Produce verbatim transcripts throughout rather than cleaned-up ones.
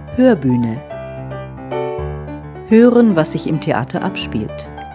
Hörbühne. Hören, was sich im Theater abspielt.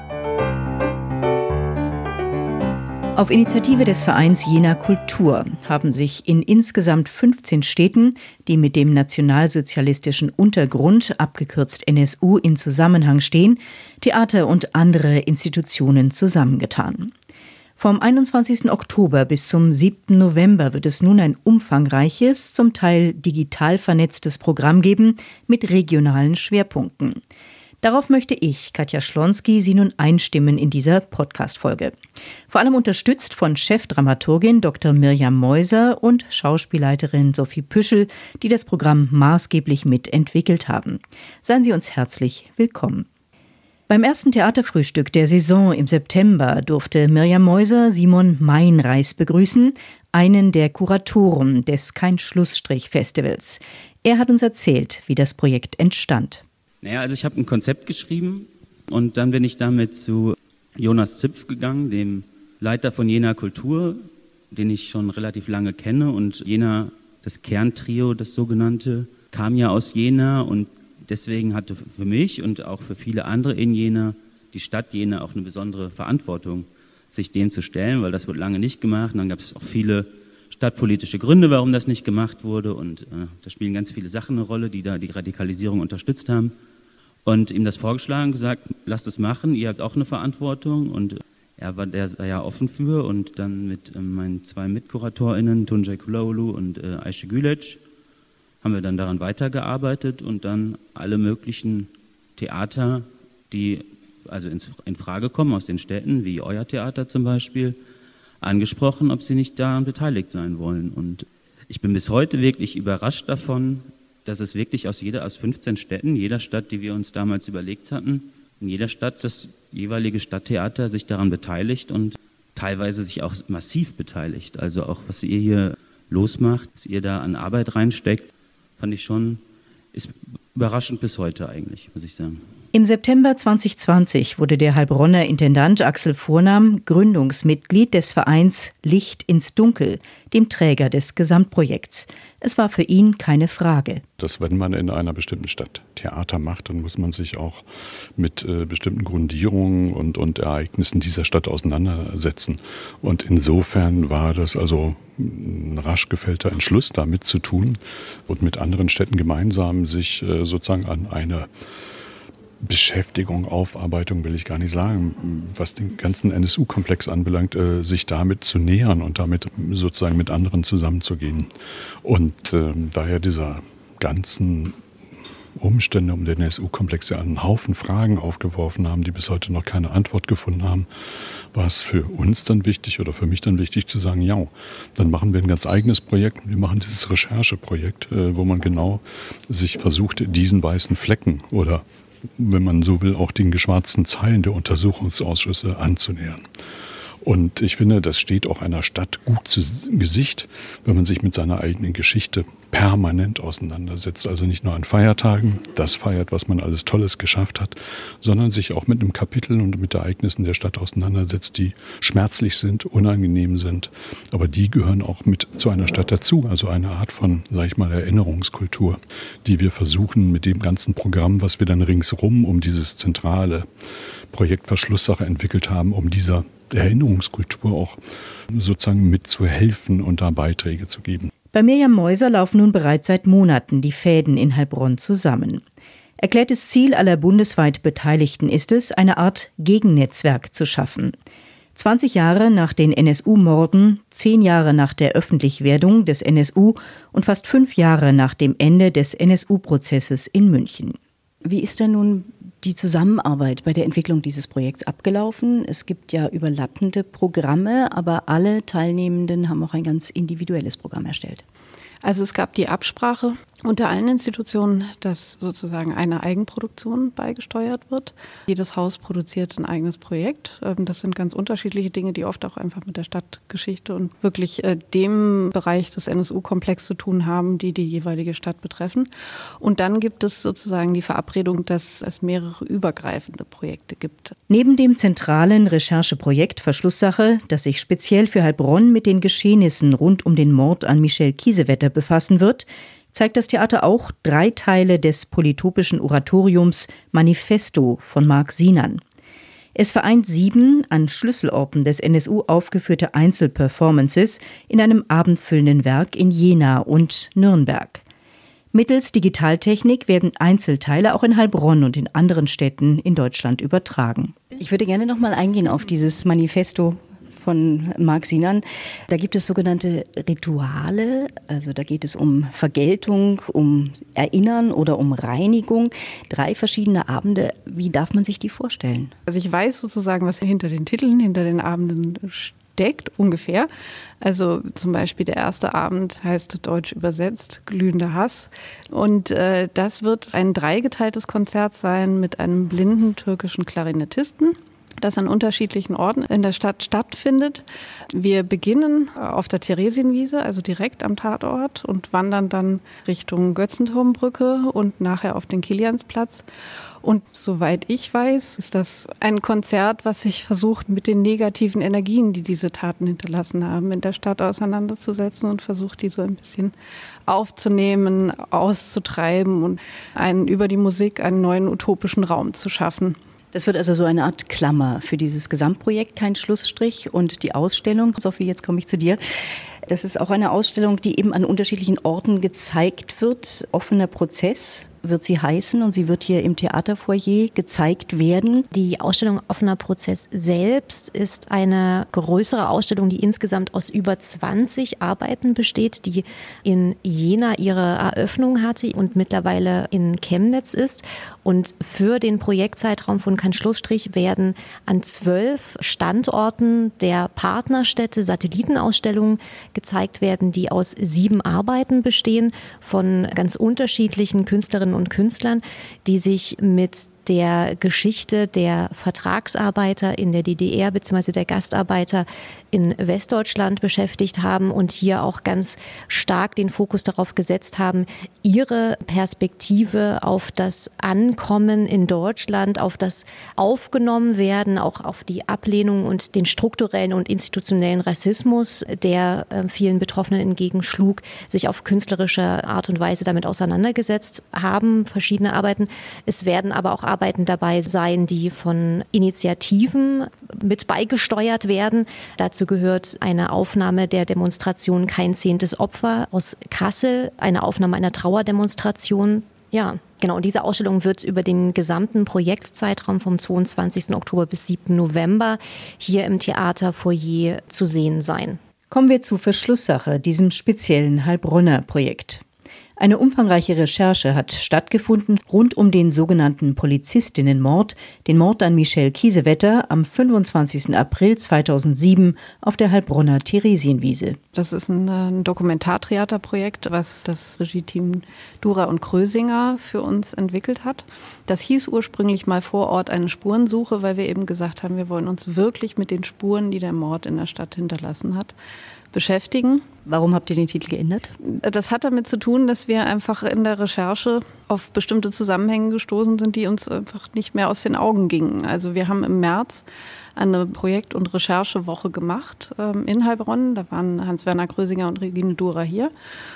Auf Initiative des Vereins Jena Kultur haben sich in insgesamt fünfzehn Städten, die mit dem nationalsozialistischen Untergrund, abgekürzt N S U, in Zusammenhang stehen, Theater und andere Institutionen zusammengetan. Vom einundzwanzigsten Oktober bis zum siebten November wird es nun ein umfangreiches, zum Teil digital vernetztes Programm geben mit regionalen Schwerpunkten. Darauf möchte ich, Katja Schlonski, Sie nun einstimmen in dieser Podcast-Folge. Vor allem unterstützt von Chefdramaturgin Doktor Mirjam Meuser und Schauspielleiterin Sophie Püschel, die das Programm maßgeblich mitentwickelt haben. Seien Sie uns herzlich willkommen. Beim ersten Theaterfrühstück der Saison im September durfte Mirjam Meuser Simon Meinreis begrüßen, einen der Kuratoren des Kein-Schlussstrich-Festivals. Er hat uns erzählt, wie das Projekt entstand. Naja, also ich habe ein Konzept geschrieben und dann bin ich damit zu Jonas Zipf gegangen, dem Leiter von Jena Kultur, den ich schon relativ lange kenne. Und Jena, das Kerntrio, das sogenannte, kam ja aus Jena und deswegen hatte für mich und auch für viele andere in Jena die Stadt Jena auch eine besondere Verantwortung, sich dem zu stellen, weil das wurde lange nicht gemacht. Und dann gab es auch viele stadtpolitische Gründe, warum das nicht gemacht wurde. Und äh, da spielen ganz viele Sachen eine Rolle, die da die Radikalisierung unterstützt haben. Und ihm das vorgeschlagen, gesagt, lasst es machen, ihr habt auch eine Verantwortung. Und er war der, da ja offen für. Und dann mit äh, meinen zwei MitkuratorInnen, Tunjay Kulaulu und äh, Ayşe Gülec, haben wir dann daran weitergearbeitet und dann alle möglichen Theater, die also ins, in Frage kommen aus den Städten, wie euer Theater zum Beispiel, angesprochen, ob sie nicht daran beteiligt sein wollen. Und ich bin bis heute wirklich überrascht davon, dass es wirklich aus jeder, aus fünfzehn Städten, jeder Stadt, die wir uns damals überlegt hatten, in jeder Stadt das jeweilige Stadttheater sich daran beteiligt und teilweise sich auch massiv beteiligt. Also auch, was ihr hier losmacht, was ihr da an Arbeit reinsteckt, fand ich schon, ist überraschend bis heute eigentlich, muss ich sagen. Im September zwanzig zwanzig wurde der Heilbronner Intendant Axel Vornam Gründungsmitglied des Vereins Licht ins Dunkel, dem Träger des Gesamtprojekts. Es war für ihn keine Frage. Dass wenn man in einer bestimmten Stadt Theater macht, dann muss man sich auch mit äh, bestimmten Grundierungen und, und Ereignissen dieser Stadt auseinandersetzen. Und insofern war das also ein rasch gefällter Entschluss, damit zu tun und mit anderen Städten gemeinsam sich äh, sozusagen an eine Beschäftigung, Aufarbeitung will ich gar nicht sagen, was den ganzen N S U-Komplex anbelangt, äh, sich damit zu nähern und damit sozusagen mit anderen zusammenzugehen. Und äh, daher dieser ganzen Umstände um den N S U-Komplex ja einen Haufen Fragen aufgeworfen haben, die bis heute noch keine Antwort gefunden haben, war es für uns dann wichtig oder für mich dann wichtig zu sagen, ja, dann machen wir ein ganz eigenes Projekt. Wir machen dieses Rechercheprojekt, äh, wo man genau sich versucht, diesen weißen Flecken oder wenn man so will, auch den geschwarzten Zeilen der Untersuchungsausschüsse anzunähern. Und ich finde, das steht auch einer Stadt gut zu Gesicht, wenn man sich mit seiner eigenen Geschichte permanent auseinandersetzt. Also nicht nur an Feiertagen, das feiert, was man alles Tolles geschafft hat, sondern sich auch mit einem Kapitel und mit Ereignissen der Stadt auseinandersetzt, die schmerzlich sind, unangenehm sind. Aber die gehören auch mit zu einer Stadt dazu. Also eine Art von, sag ich mal, Erinnerungskultur, die wir versuchen mit dem ganzen Programm, was wir dann ringsrum um dieses zentrale Projekt Verschlusssache entwickelt haben, um dieser Erinnerungskultur auch sozusagen mitzuhelfen und da Beiträge zu geben. Bei Mirjam Meuser laufen nun bereits seit Monaten die Fäden in Heilbronn zusammen. Erklärtes Ziel aller bundesweit Beteiligten ist es, eine Art Gegennetzwerk zu schaffen. zwanzig Jahre nach den N S U-Morden, zehn Jahre nach der Öffentlichwerdung des N S U und fast fünf Jahre nach dem Ende des N S U-Prozesses in München. Wie ist denn nun die Zusammenarbeit bei der Entwicklung dieses Projekts abgelaufen? Es gibt ja überlappende Programme, aber alle Teilnehmenden haben auch ein ganz individuelles Programm erstellt. Also es gab die Absprache unter allen Institutionen, dass sozusagen eine Eigenproduktion beigesteuert wird. Jedes Haus produziert ein eigenes Projekt. Das sind ganz unterschiedliche Dinge, die oft auch einfach mit der Stadtgeschichte und wirklich dem Bereich des N S U-Komplex zu tun haben, die die jeweilige Stadt betreffen. Und dann gibt es sozusagen die Verabredung, dass es mehrere übergreifende Projekte gibt. Neben dem zentralen Rechercheprojekt Verschlusssache, das sich speziell für Heilbronn mit den Geschehnissen rund um den Mord an Michel Kiesewetter befassen wird, zeigt das Theater auch drei Teile des polytopischen Oratoriums Manifesto von Marc Sinan. Es vereint sieben an Schlüsselorten des N S U aufgeführte Einzelperformances in einem abendfüllenden Werk in Jena und Nürnberg. Mittels Digitaltechnik werden Einzelteile auch in Heilbronn und in anderen Städten in Deutschland übertragen. Ich würde gerne noch mal eingehen auf dieses Manifesto von Marc Sinan. Da gibt es sogenannte Rituale, also da geht es um Vergeltung, um Erinnern oder um Reinigung. Drei verschiedene Abende. Wie darf man sich die vorstellen? Also ich weiß sozusagen, was hinter den Titeln, hinter den Abenden steckt, ungefähr. Also zum Beispiel der erste Abend heißt deutsch übersetzt Glühender Hass. Und äh, das wird ein dreigeteiltes Konzert sein mit einem blinden türkischen Klarinettisten, das an unterschiedlichen Orten in der Stadt stattfindet. Wir beginnen auf der Theresienwiese, also direkt am Tatort, und wandern dann Richtung Götzenturmbrücke und nachher auf den Kiliansplatz. Und soweit ich weiß, ist das ein Konzert, was sich versucht, mit den negativen Energien, die diese Taten hinterlassen haben, in der Stadt auseinanderzusetzen und versucht, die so ein bisschen aufzunehmen, auszutreiben und einen, über die Musik einen neuen utopischen Raum zu schaffen. Das wird also so eine Art Klammer für dieses Gesamtprojekt, kein Schlussstrich. Und die Ausstellung, Sophie, jetzt komme ich zu dir. Das ist auch eine Ausstellung, die eben an unterschiedlichen Orten gezeigt wird. Offener Prozess wird sie heißen und sie wird hier im Theaterfoyer gezeigt werden. Die Ausstellung Offener Prozess selbst ist eine größere Ausstellung, die insgesamt aus über zwanzig Arbeiten besteht, die in Jena ihre Eröffnung hatte und mittlerweile in Chemnitz ist. Und für den Projektzeitraum von Kein Schlussstrich werden an zwölf Standorten der Partnerstädte Satellitenausstellungen gezeigt werden, die aus sieben Arbeiten bestehen von ganz unterschiedlichen Künstlerinnen und Künstlern, die sich mit der Geschichte der Vertragsarbeiter in der D D R bzw. der Gastarbeiter in Westdeutschland beschäftigt haben und hier auch ganz stark den Fokus darauf gesetzt haben, ihre Perspektive auf das Ankommen in Deutschland, auf das Aufgenommenwerden, auch auf die Ablehnung und den strukturellen und institutionellen Rassismus, der äh, vielen Betroffenen entgegenschlug, sich auf künstlerische Art und Weise damit auseinandergesetzt haben, verschiedene Arbeiten. Es werden aber auch Arbeiten dabei sein, die von Initiativen mit beigesteuert werden. Dazu gehört eine Aufnahme der Demonstration Kein zehntes Opfer aus Kassel, eine Aufnahme einer Trauerdemonstration. Ja, genau. Und diese Ausstellung wird über den gesamten Projektzeitraum vom zweiundzwanzigsten Oktober bis siebten November hier im Theaterfoyer zu sehen sein. Kommen wir zu Verschlusssache, diesem speziellen Heilbronner Projekt. Eine umfangreiche Recherche hat stattgefunden rund um den sogenannten Polizistinnenmord, den Mord an Michelle Kiesewetter am fünfundzwanzigsten April zweitausendsieben auf der Heilbronner Theresienwiese. Das ist ein, ein Dokumentartheaterprojekt, was das Regie-Team Dura und Krösinger für uns entwickelt hat. Das hieß ursprünglich mal vor Ort eine Spurensuche, weil wir eben gesagt haben, wir wollen uns wirklich mit den Spuren, die der Mord in der Stadt hinterlassen hat, beschäftigen. Warum habt ihr den Titel geändert? Das hat damit zu tun, dass wir einfach in der Recherche auf bestimmte Zusammenhänge gestoßen sind, die uns einfach nicht mehr aus den Augen gingen. Also wir haben im März eine Projekt- und Recherchewoche gemacht ähm, in Heilbronn. Da waren Hans-Werner Krösinger und Regine Dura hier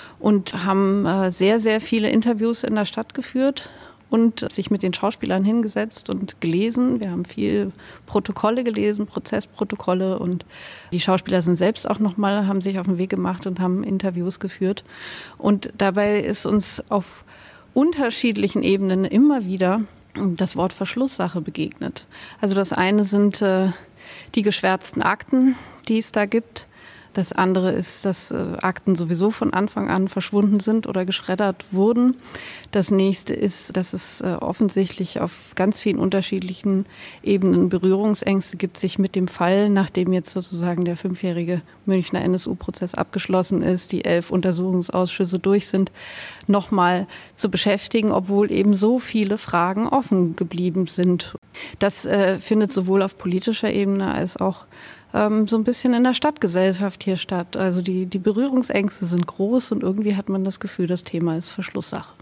und haben äh, sehr, sehr viele Interviews in der Stadt geführt und sich mit den Schauspielern hingesetzt und gelesen. Wir haben viel Protokolle gelesen, Prozessprotokolle, und die Schauspieler sind selbst auch nochmal, haben sich auf den Weg gemacht und haben Interviews geführt. Und dabei ist uns auf unterschiedlichen Ebenen immer wieder das Wort Verschlusssache begegnet. Also das eine sind äh, die geschwärzten Akten, die es da gibt. Das andere ist, dass äh, Akten sowieso von Anfang an verschwunden sind oder geschreddert wurden. Das nächste ist, dass es äh, offensichtlich auf ganz vielen unterschiedlichen Ebenen Berührungsängste gibt, sich mit dem Fall, nachdem jetzt sozusagen der fünfjährige Münchner N S U-Prozess abgeschlossen ist, die elf Untersuchungsausschüsse durch sind, nochmal zu beschäftigen, obwohl eben so viele Fragen offen geblieben sind. Das äh, findet sowohl auf politischer Ebene als auch ähm, so ein bisschen in der Stadtgesellschaft hier statt. Also die, die Berührungsängste sind groß und irgendwie hat man das Gefühl, das Thema ist Verschlusssache.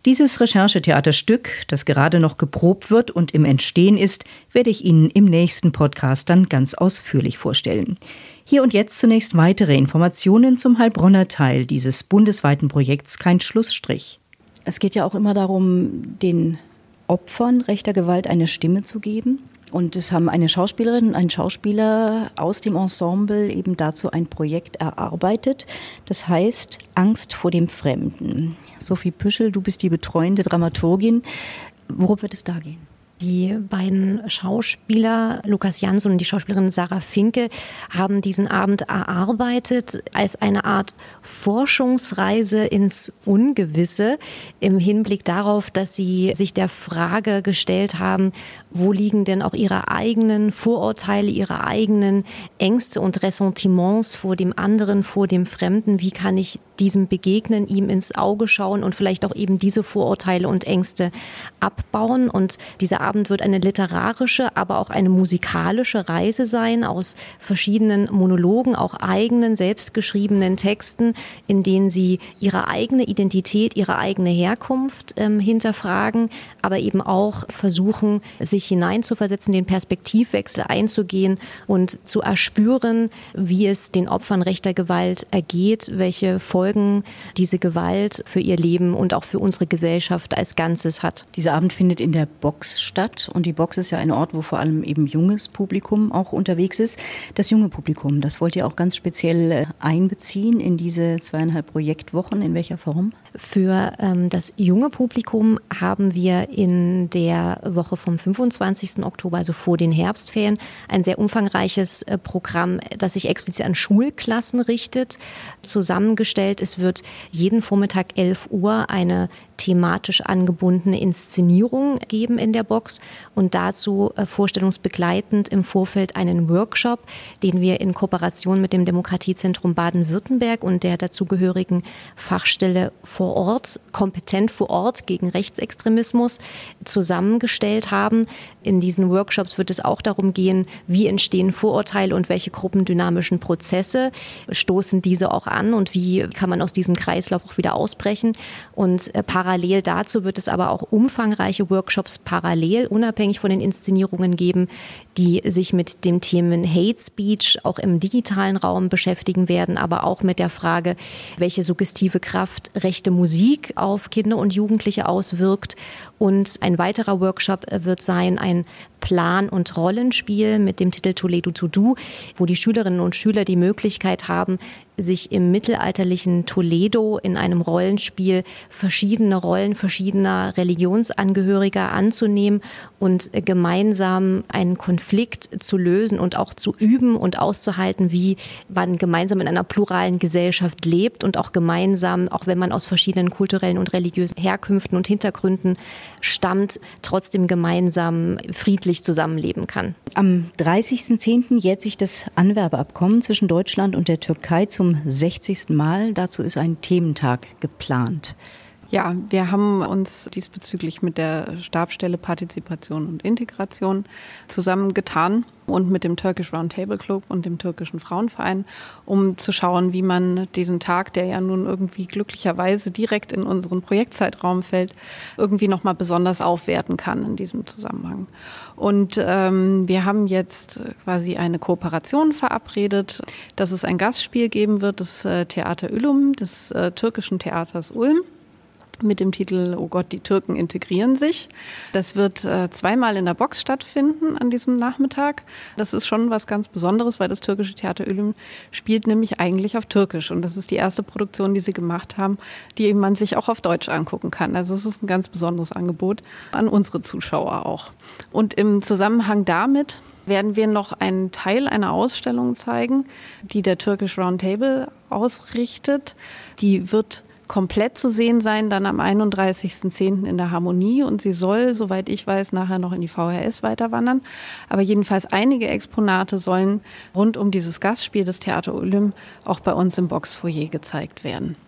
Dieses Recherchetheaterstück, das gerade noch geprobt wird und im Entstehen ist, werde ich Ihnen im nächsten Podcast dann ganz ausführlich vorstellen. Hier und jetzt zunächst weitere Informationen zum Heilbronner Teil dieses bundesweiten Projekts Kein Schlussstrich. Es geht ja auch immer darum, den Opfern rechter Gewalt eine Stimme zu geben. Und es haben eine Schauspielerin und ein Schauspieler aus dem Ensemble eben dazu ein Projekt erarbeitet. Das heißt Angst vor dem Fremden. Sophie Püschel, du bist die betreuende Dramaturgin. Worum wird es da gehen? Die beiden Schauspieler, Lukas Jansson und die Schauspielerin Sarah Finke, haben diesen Abend erarbeitet als eine Art Forschungsreise ins Ungewisse im Hinblick darauf, dass sie sich der Frage gestellt haben, wo liegen denn auch ihre eigenen Vorurteile, ihre eigenen Ängste und Ressentiments vor dem anderen, vor dem Fremden? Wie kann ich diesem begegnen, ihm ins Auge schauen und vielleicht auch eben diese Vorurteile und Ängste abbauen? Und dieser Abend wird eine literarische, aber auch eine musikalische Reise sein aus verschiedenen Monologen, auch eigenen, selbstgeschriebenen Texten, in denen sie ihre eigene Identität, ihre eigene Herkunft ähm, hinterfragen, aber eben auch versuchen, sich hineinzuversetzen, den Perspektivwechsel einzugehen und zu erspüren, wie es den Opfern rechter Gewalt ergeht, welche Folgen diese Gewalt für ihr Leben und auch für unsere Gesellschaft als Ganzes hat. Dieser Abend findet in der Box statt und die Box ist ja ein Ort, wo vor allem eben junges Publikum auch unterwegs ist. Das junge Publikum, das wollt ihr auch ganz speziell einbeziehen in diese zweieinhalb Projektwochen. In welcher Form? Für ähm, das junge Publikum haben wir in der Woche vom fünfundzwanzigsten Oktober, also vor den Herbstferien, ein sehr umfangreiches äh, Programm, das sich explizit an Schulklassen richtet, zusammengestellt. Es wird jeden Vormittag elf Uhr eine thematisch angebundene Inszenierung geben in der Box und dazu äh, vorstellungsbegleitend im Vorfeld einen Workshop, den wir in Kooperation mit dem Demokratiezentrum Baden-Württemberg und der dazugehörigen Fachstelle vor Ort, kompetent vor Ort gegen Rechtsextremismus, zusammengestellt haben. In diesen Workshops wird es auch darum gehen, wie entstehen Vorurteile und welche gruppendynamischen Prozesse stoßen diese auch an und wie kann man aus diesem Kreislauf auch wieder ausbrechen. Und äh, parallel dazu wird es aber auch umfangreiche Workshops parallel, unabhängig von den Inszenierungen geben, die sich mit dem Themen Hate Speech auch im digitalen Raum beschäftigen werden, aber auch mit der Frage, welche suggestive Kraft rechte Musik auf Kinder und Jugendliche auswirkt. Und ein weiterer Workshop wird sein, ein Plan- und Rollenspiel mit dem Titel Toledo to Do, wo die Schülerinnen und Schüler die Möglichkeit haben, sich im mittelalterlichen Toledo in einem Rollenspiel verschiedene Rollen verschiedener Religionsangehöriger anzunehmen und gemeinsam einen Konflikt zu lösen und auch zu üben und auszuhalten, wie man gemeinsam in einer pluralen Gesellschaft lebt und auch gemeinsam, auch wenn man aus verschiedenen kulturellen und religiösen Herkünften und Hintergründen stammt, trotzdem gemeinsam friedlich zusammenleben kann. Am dreißigsten zehnten jährt sich das Anwerbeabkommen zwischen Deutschland und der Türkei zum sechzigsten Mal. Dazu ist ein Thementag geplant. Ja, wir haben uns diesbezüglich mit der Stabsstelle Partizipation und Integration zusammengetan und mit dem Turkish Roundtable Club und dem türkischen Frauenverein, um zu schauen, wie man diesen Tag, der ja nun irgendwie glücklicherweise direkt in unseren Projektzeitraum fällt, irgendwie nochmal besonders aufwerten kann in diesem Zusammenhang. Und ähm, wir haben jetzt quasi eine Kooperation verabredet, dass es ein Gastspiel geben wird, das äh, Theater Ülüm, des äh, türkischen Theaters Ulm, mit dem Titel Oh Gott, die Türken integrieren sich. Das wird äh, zweimal in der Box stattfinden an diesem Nachmittag. Das ist schon was ganz Besonderes, weil das türkische Theater Ülüm spielt nämlich eigentlich auf Türkisch. Und das ist die erste Produktion, die sie gemacht haben, die man sich auch auf Deutsch angucken kann. Also es ist ein ganz besonderes Angebot an unsere Zuschauer auch. Und im Zusammenhang damit werden wir noch einen Teil einer Ausstellung zeigen, die der Turkish Roundtable ausrichtet. Die wird komplett zu sehen sein, dann am einunddreißigsten zehnten in der Harmonie und sie soll, soweit ich weiß, nachher noch in die V H S weiterwandern. Aber jedenfalls einige Exponate sollen rund um dieses Gastspiel des Theater Ülüm auch bei uns im Boxfoyer gezeigt werden.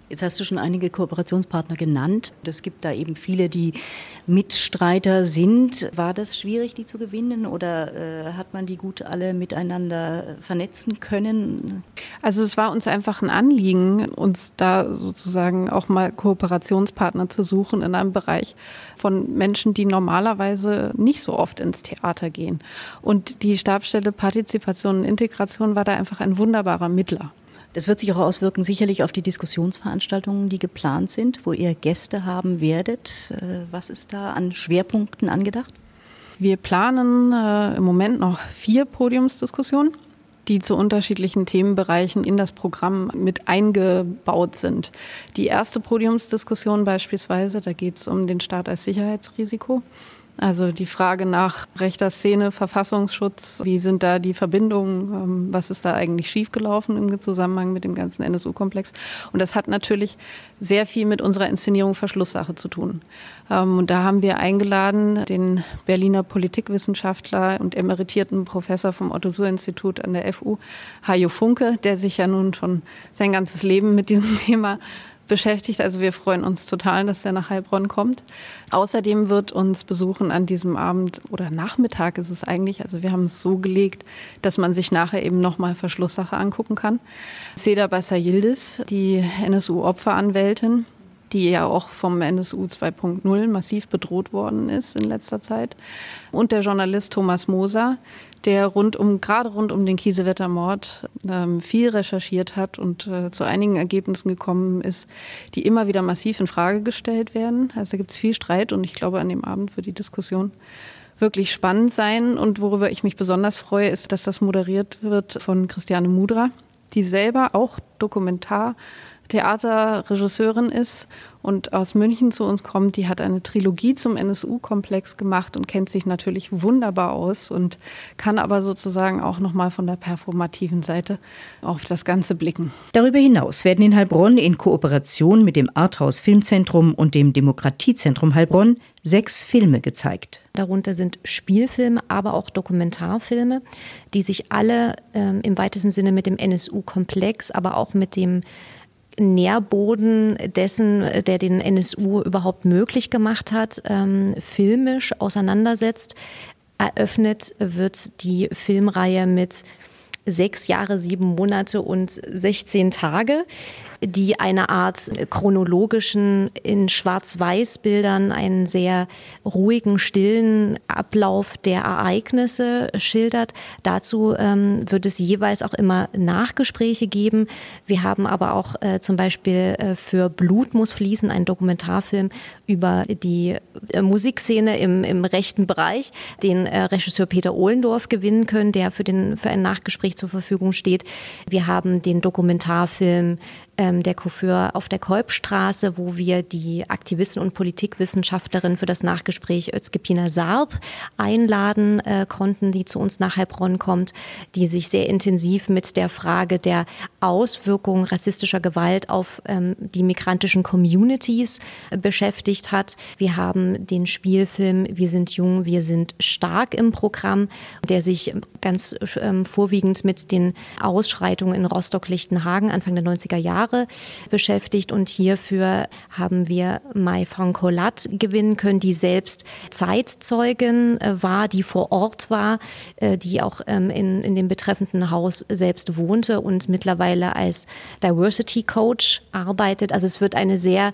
Jetzt hast du schon einige Kooperationspartner genannt. Es gibt da eben viele, die Mitstreiter sind. War das schwierig, die zu gewinnen, oder äh, hat man die gut alle miteinander vernetzen können? Also es war uns einfach ein Anliegen, uns da sozusagen auch mal Kooperationspartner zu suchen in einem Bereich von Menschen, die normalerweise nicht so oft ins Theater gehen. Und die Stabsstelle Partizipation und Integration war da einfach ein wunderbarer Mittler. Das wird sich auch auswirken sicherlich auf die Diskussionsveranstaltungen, die geplant sind, wo ihr Gäste haben werdet. Was ist da an Schwerpunkten angedacht? Wir planen äh, im Moment noch vier Podiumsdiskussionen, die zu unterschiedlichen Themenbereichen in das Programm mit eingebaut sind. Die erste Podiumsdiskussion beispielsweise, da geht es um den Staat als Sicherheitsrisiko. Also die Frage nach rechter Szene, Verfassungsschutz, wie sind da die Verbindungen, was ist da eigentlich schiefgelaufen im Zusammenhang mit dem ganzen N S U-Komplex. Und das hat natürlich sehr viel mit unserer Inszenierung Verschlusssache zu tun. Und da haben wir eingeladen den Berliner Politikwissenschaftler und emeritierten Professor vom Otto-Suhr-Institut an der F U, Hajo Funke, der sich ja nun schon sein ganzes Leben mit diesem Thema beschäftigt. Also wir freuen uns total, dass er nach Heilbronn kommt. Außerdem wird uns besuchen an diesem Abend oder Nachmittag ist es eigentlich, also wir haben es so gelegt, dass man sich nachher eben nochmal Verschlusssache angucken kann. Seda Bassa Yildiz, die N S U-Opferanwältin, die ja auch vom N S U zwei Punkt null massiv bedroht worden ist in letzter Zeit. Und der Journalist Thomas Moser, der rund um, gerade rund um den Kiesewetter-Mord ähm, viel recherchiert hat und äh, zu einigen Ergebnissen gekommen ist, die immer wieder massiv in Frage gestellt werden. Also da gibt es viel Streit und ich glaube, an dem Abend wird die Diskussion wirklich spannend sein. Und worüber ich mich besonders freue, ist, dass das moderiert wird von Christiane Mudra, die selber auch Dokumentartheaterregisseurin ist und aus München zu uns kommt. Die hat eine Trilogie zum N S U-Komplex gemacht und kennt sich natürlich wunderbar aus und kann aber sozusagen auch nochmal von der performativen Seite auf das Ganze blicken. Darüber hinaus werden in Heilbronn in Kooperation mit dem Arthaus Filmzentrum und dem Demokratiezentrum Heilbronn sechs Filme gezeigt. Darunter sind Spielfilme, aber auch Dokumentarfilme, die sich alle ähm, im weitesten Sinne mit dem N S U-Komplex, aber auch mit dem Nährboden dessen, der den N S U überhaupt möglich gemacht hat, ähm, filmisch auseinandersetzt. Eröffnet wird die Filmreihe mit sechs Jahre, sieben Monate und sechzehn Tage, die eine Art chronologischen, in Schwarz-Weiß-Bildern einen sehr ruhigen, stillen Ablauf der Ereignisse schildert. Dazu ähm, wird es jeweils auch immer Nachgespräche geben. Wir haben aber auch äh, zum Beispiel äh, für Blut muss fließen, einen Dokumentarfilm über die äh, Musikszene im, im rechten Bereich, den äh, Regisseur Peter Ohlendorf gewinnen können, der für, den, für ein Nachgespräch zur Verfügung steht. Wir haben den Dokumentarfilm ähm, Der Coiffeur auf der Kolbstraße, wo wir die Aktivistin und Politikwissenschaftlerin für das Nachgespräch Özge Sarp einladen äh, konnten, die zu uns nach Heilbronn kommt, die sich sehr intensiv mit der Frage der Auswirkungen rassistischer Gewalt auf ähm, die migrantischen Communities äh, beschäftigt hat. Wir haben den Spielfilm Wir sind jung, wir sind stark im Programm, der sich ganz ähm, vorwiegend mit den Ausschreitungen in Rostock-Lichtenhagen Anfang der neunziger Jahre beschäftigt. Und hierfür haben wir Mai Francolat gewinnen können, die selbst Zeitzeugin äh, war, die vor Ort war, äh, die auch ähm, in, in dem betreffenden Haus selbst wohnte und mittlerweile als Diversity Coach arbeitet. Also es wird eine sehr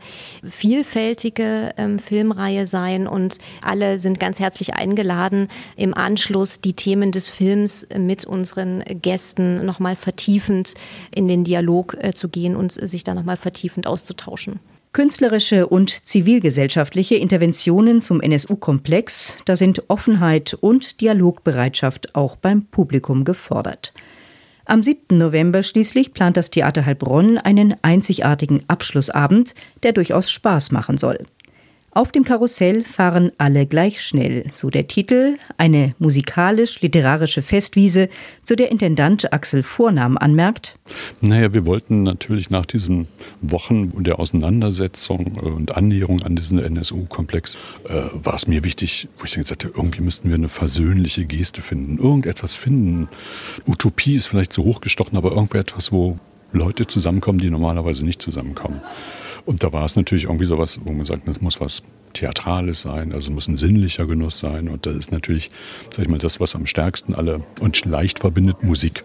vielfältige ähm, Filmreihe sein und alle sind ganz herzlich eingeladen, im Anschluss die Themen des Films mit unseren Gästen nochmal vertiefend in den Dialog äh, zu gehen und sich da nochmal vertiefend auszutauschen. Künstlerische und zivilgesellschaftliche Interventionen zum N S U-Komplex, da sind Offenheit und Dialogbereitschaft auch beim Publikum gefordert. Am siebten November schließlich plant das Theater Heilbronn einen einzigartigen Abschlussabend, der durchaus Spaß machen soll. Auf dem Karussell fahren alle gleich schnell, so der Titel, eine musikalisch-literarische Festwiese, zu der Intendant Axel Vornahm anmerkt: Naja, wir wollten natürlich nach diesen Wochen der Auseinandersetzung und Annäherung an diesen N S U-Komplex, äh, war es mir wichtig, wo ich gesagt habe, irgendwie müssten wir eine versöhnliche Geste finden, irgendetwas finden. Utopie ist vielleicht zu hoch gestochen, aber irgendetwas, wo Leute zusammenkommen, die normalerweise nicht zusammenkommen. Und da war es natürlich irgendwie sowas, wo man sagt, das muss was Theatrales sein, also es muss ein sinnlicher Genuss sein. Und das ist natürlich, sag ich mal, das, was am stärksten alle und leicht verbindet, Musik.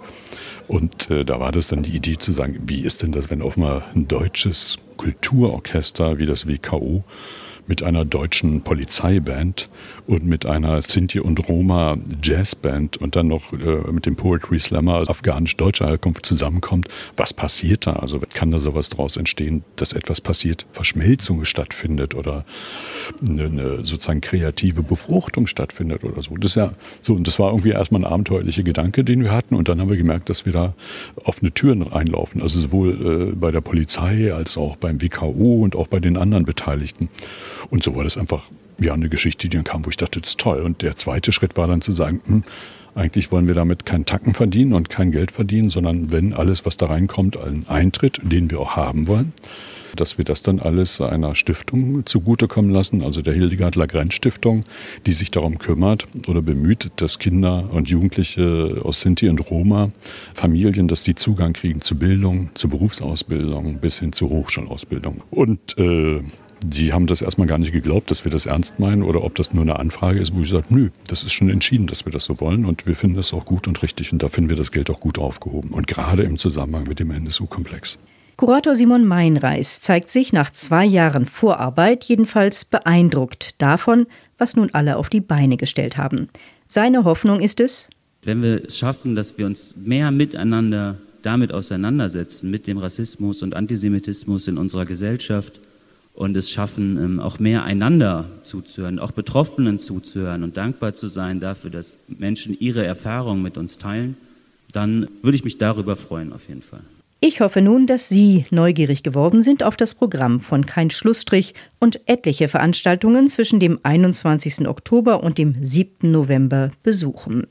Und äh, da war das dann die Idee zu sagen, wie ist denn das, wenn auf mal ein deutsches Kulturorchester wie das W K O mit einer deutschen Polizeiband und mit einer Sinti und Roma Jazzband und dann noch äh, mit dem Poetry Slammer afghanisch-deutscher Herkunft zusammenkommt. Was passiert da? Also kann da sowas draus entstehen, dass etwas passiert, Verschmelzung stattfindet oder eine, eine sozusagen kreative Befruchtung stattfindet oder so. Das ist ja so, und das war irgendwie erstmal ein abenteuerlicher Gedanke, den wir hatten, und dann haben wir gemerkt, dass wir da offene Türen reinlaufen. Also sowohl äh, bei der Polizei als auch beim W K O und auch bei den anderen Beteiligten. Und so war das einfach ja, eine Geschichte, die dann kam, wo ich dachte, das ist toll. Und der zweite Schritt war dann zu sagen, hm, eigentlich wollen wir damit keinen Tacken verdienen und kein Geld verdienen, sondern wenn alles, was da reinkommt, einen Eintritt, den wir auch haben wollen, dass wir das dann alles einer Stiftung zugutekommen lassen, also der Hildegard Lagrenz Stiftung, die sich darum kümmert oder bemüht, dass Kinder und Jugendliche aus Sinti und Roma, Familien, dass die Zugang kriegen zu Bildung, zu Berufsausbildung bis hin zur Hochschulausbildung. Und äh, die haben das erstmal gar nicht geglaubt, dass wir das ernst meinen oder ob das nur eine Anfrage ist, wo ich sage, nö, das ist schon entschieden, dass wir das so wollen und wir finden das auch gut und richtig und da finden wir das Geld auch gut aufgehoben und gerade im Zusammenhang mit dem N S U-Komplex. Kurator Simon Meinreis zeigt sich nach zwei Jahren Vorarbeit jedenfalls beeindruckt davon, was nun alle auf die Beine gestellt haben. Seine Hoffnung ist es, wenn wir es schaffen, dass wir uns mehr miteinander damit auseinandersetzen, mit dem Rassismus und Antisemitismus in unserer Gesellschaft, und es schaffen, auch mehr einander zuzuhören, auch Betroffenen zuzuhören und dankbar zu sein dafür, dass Menschen ihre Erfahrungen mit uns teilen, dann würde ich mich darüber freuen auf jeden Fall. Ich hoffe nun, dass Sie neugierig geworden sind auf das Programm von Kein Schlussstrich und etliche Veranstaltungen zwischen dem einundzwanzigsten Oktober und dem siebten November besuchen.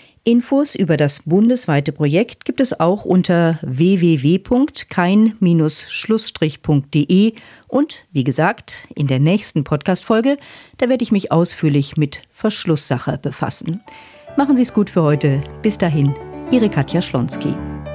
Infos über das bundesweite Projekt gibt es auch unter w w w punkt kein Schlussstrich punkt d e und wie gesagt, in der nächsten Podcast-Folge, da werde ich mich ausführlich mit Verschlusssache befassen. Machen Sie es gut für heute. Bis dahin, Ihre Katja Schlonski.